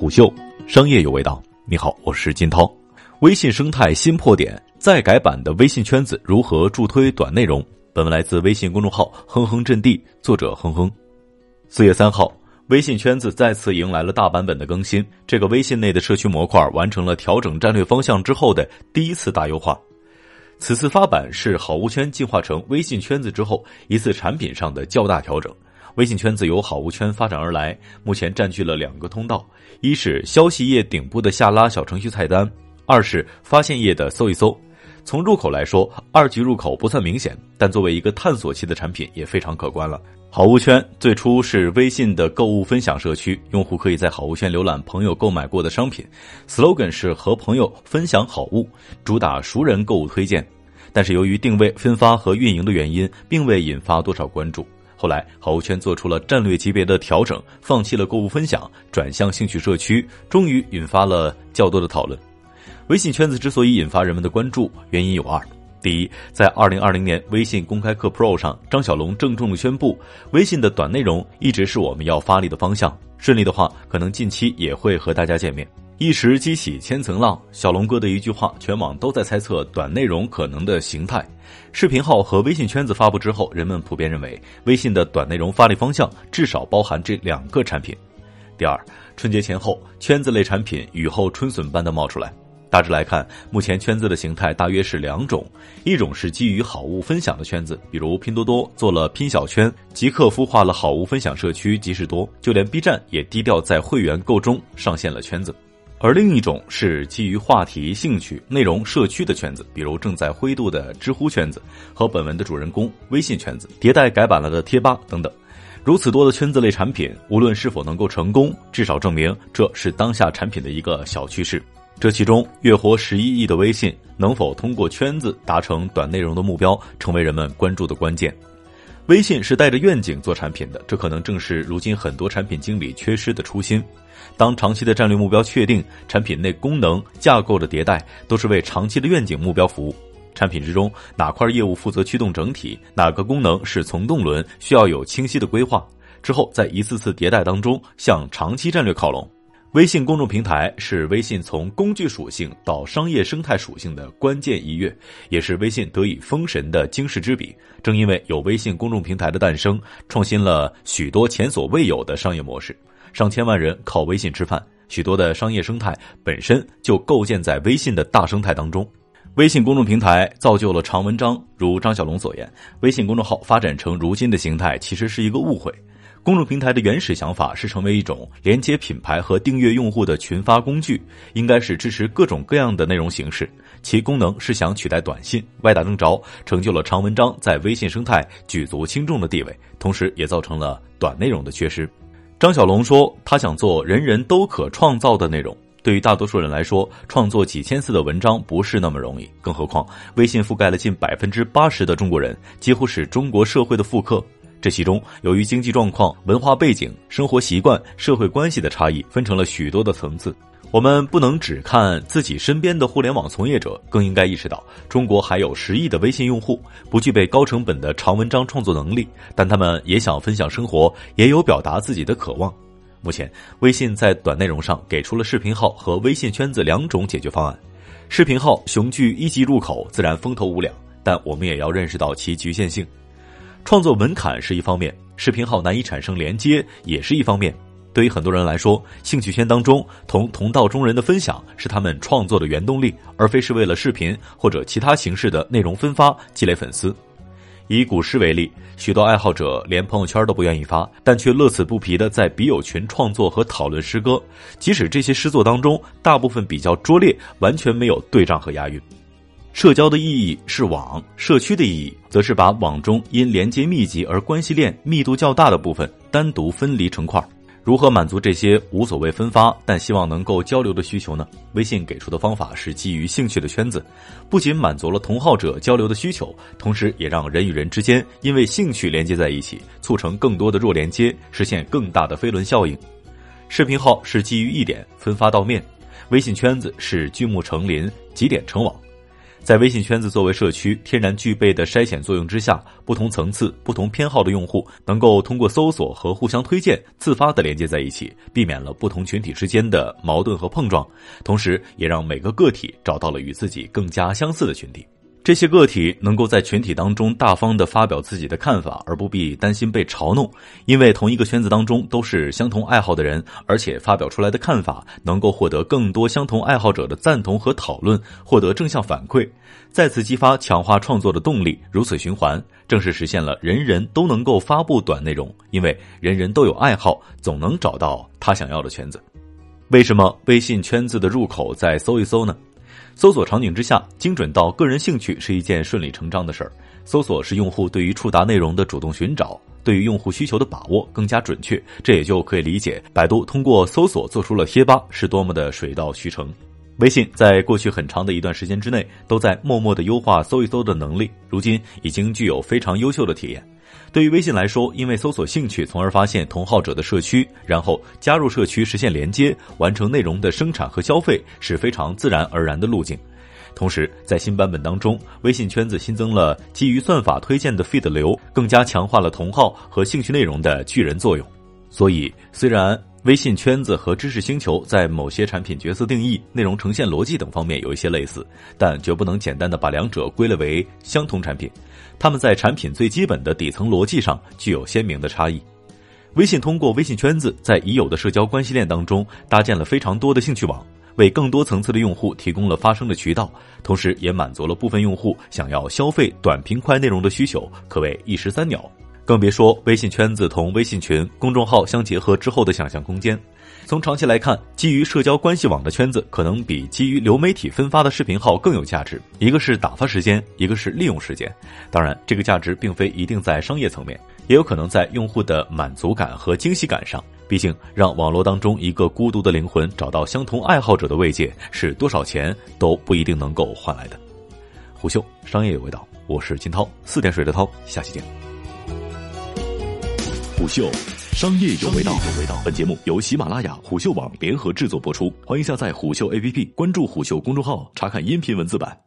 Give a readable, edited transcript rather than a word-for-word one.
虎嗅，商业有味道。你好，我是金涛。微信生态新破点，再改版的微信圈子如何助推短内容？本文来自微信公众号哼哼阵地，作者哼哼。4月3号，微信圈子再次迎来了大版本的更新。这个微信内的社区模块完成了调整战略方向之后的第一次大优化。此次发版是好物圈进化成微信圈子之后一次产品上的较大调整。微信圈子由好物圈发展而来，目前占据了2个通道，一是消息页顶部的下拉小程序菜单，二是发现页的搜一搜。从入口来说，2级入口不算明显，但作为一个探索期的产品也非常可观了。好物圈最初是微信的购物分享社区，用户可以在好物圈浏览朋友购买过的商品， slogan 是和朋友分享好物，主打熟人购物推荐。但是由于定位、分发和运营的原因，并未引发多少关注。后来好物圈做出了战略级别的调整，放弃了购物分享，转向兴趣社区，终于引发了较多的讨论。微信圈子之所以引发人们的关注，原因有2。第一，在2020年微信公开课 Pro 上，张小龙郑重地宣布，微信的短内容一直是我们要发力的方向，顺利的话可能近期也会和大家见面。一时激起千层浪，小龙哥的一句话，全网都在猜测短内容可能的形态。视频号和微信圈子发布之后，人们普遍认为微信的短内容发力方向至少包含这2个产品。第二，春节前后，圈子类产品雨后春笋般的冒出来。大致来看，目前圈子的形态大约是2种，一种是基于好物分享的圈子，比如拼多多做了拼小圈，极客孵化了好物分享社区即时多，就连 B 站也低调在会员购中上线了圈子。而另一种是基于话题、兴趣、内容、社区的圈子，比如正在灰度的知乎圈子和本文的主人公微信圈子，迭代改版了的贴吧等等。如此多的圈子类产品，无论是否能够成功，至少证明这是当下产品的一个小趋势。这其中，月活11亿的微信能否通过圈子达成短内容的目标，成为人们关注的关键。微信是带着愿景做产品的，这可能正是如今很多产品经理缺失的初心。当长期的战略目标确定，产品内功能架构的迭代都是为长期的愿景目标服务。产品之中哪块业务负责驱动整体，哪个功能是从动轮，需要有清晰的规划，之后在一次次迭代当中向长期战略靠拢。微信公众平台是微信从工具属性到商业生态属性的关键一跃，也是微信得以封神的经世之笔。正因为有微信公众平台的诞生，创新了许多前所未有的商业模式，上千万人靠微信吃饭，许多的商业生态本身就构建在微信的大生态当中。微信公众平台造就了长文章，如张小龙所言，微信公众号发展成如今的形态其实是一个误会。公众平台的原始想法是成为一种连接品牌和订阅用户的群发工具，应该是支持各种各样的内容形式，其功能是想取代短信，歪打正着，成就了长文章在微信生态举足轻重的地位，同时也造成了短内容的缺失。张小龙说，他想做人人都可创造的内容。对于大多数人来说，创作几千字的文章不是那么容易，更何况微信覆盖了近80%的中国人，几乎是中国社会的复刻。这其中由于经济状况、文化背景、生活习惯、社会关系的差异，分成了许多的层次。我们不能只看自己身边的互联网从业者，更应该意识到中国还有10亿的微信用户，不具备高成本的长文章创作能力，但他们也想分享生活，也有表达自己的渴望。目前微信在短内容上给出了视频号和微信圈子2种解决方案。视频号雄踞1级入口，自然风头无两，但我们也要认识到其局限性。创作门槛是一方面，视频号难以产生连接也是一方面。对于很多人来说，兴趣圈当中同道中人的分享是他们创作的原动力，而非是为了视频或者其他形式的内容分发积累粉丝。以古诗为例，许多爱好者连朋友圈都不愿意发，但却乐此不疲地在笔友群创作和讨论诗歌，即使这些诗作当中大部分比较拙劣，完全没有对仗和押韵。社交的意义是网，社区的意义则是把网中因连接密集而关系链密度较大的部分单独分离成块。如何满足这些无所谓分发但希望能够交流的需求呢？微信给出的方法是基于兴趣的圈子，不仅满足了同好者交流的需求，同时也让人与人之间因为兴趣连接在一起，促成更多的弱连接，实现更大的飞轮效应。视频号是基于一点分发到面，微信圈子是聚木成林，集点成网。 在微信圈子作为社区天然具备的筛选作用之下，不同层次、不同偏好的用户能够通过搜索和互相推荐自发地连接在一起，避免了不同群体之间的矛盾和碰撞，同时也让每个个体找到了与自己更加相似的群体。这些个体能够在群体当中大方地发表自己的看法，而不必担心被嘲弄，因为同一个圈子当中都是相同爱好的人，而且发表出来的看法能够获得更多相同爱好者的赞同和讨论，获得正向反馈，再次激发强化创作的动力，如此循环，正是实现了人人都能够发布短内容，因为人人都有爱好，总能找到他想要的圈子。为什么微信圈子的入口在搜一搜呢？搜索场景之下，精准到个人兴趣是一件顺理成章的事儿。搜索是用户对于触达内容的主动寻找，对于用户需求的把握更加准确，这也就可以理解百度通过搜索做出了贴吧是多么的水到渠成。微信在过去很长的一段时间之内都在默默地优化搜一搜的能力，如今已经具有非常优秀的体验。对于微信来说，因为搜索兴趣从而发现同好者的社区，然后加入社区实现连接，完成内容的生产和消费是非常自然而然的路径。同时在新版本当中，微信圈子新增了基于算法推荐的 feed 流，更加强化了同好和兴趣内容的巨人作用。所以虽然微信圈子和知识星球在某些产品角色定义、内容呈现逻辑等方面有一些类似，但绝不能简单的把两者归类为相同产品，它们在产品最基本的底层逻辑上具有鲜明的差异。微信通过微信圈子在已有的社交关系链当中搭建了非常多的兴趣网，为更多层次的用户提供了发声的渠道，同时也满足了部分用户想要消费短平快内容的需求，可谓一石三鸟。更别说微信圈子同微信群、公众号相结合之后的想象空间。从长期来看，基于社交关系网的圈子可能比基于流媒体分发的视频号更有价值，一个是打发时间，一个是利用时间。当然，这个价值并非一定在商业层面，也有可能在用户的满足感和惊喜感上。毕竟让网络当中一个孤独的灵魂找到相同爱好者的慰藉，是多少钱都不一定能够换来的。虎嗅，商业有味道，我是金涛，4点水的涛，下期见。 虎嗅，商业有味道。本节目由喜马拉雅、虎嗅网联合制作播出，欢迎下载虎嗅 APP， 关注虎嗅公众号，查看音频文字版。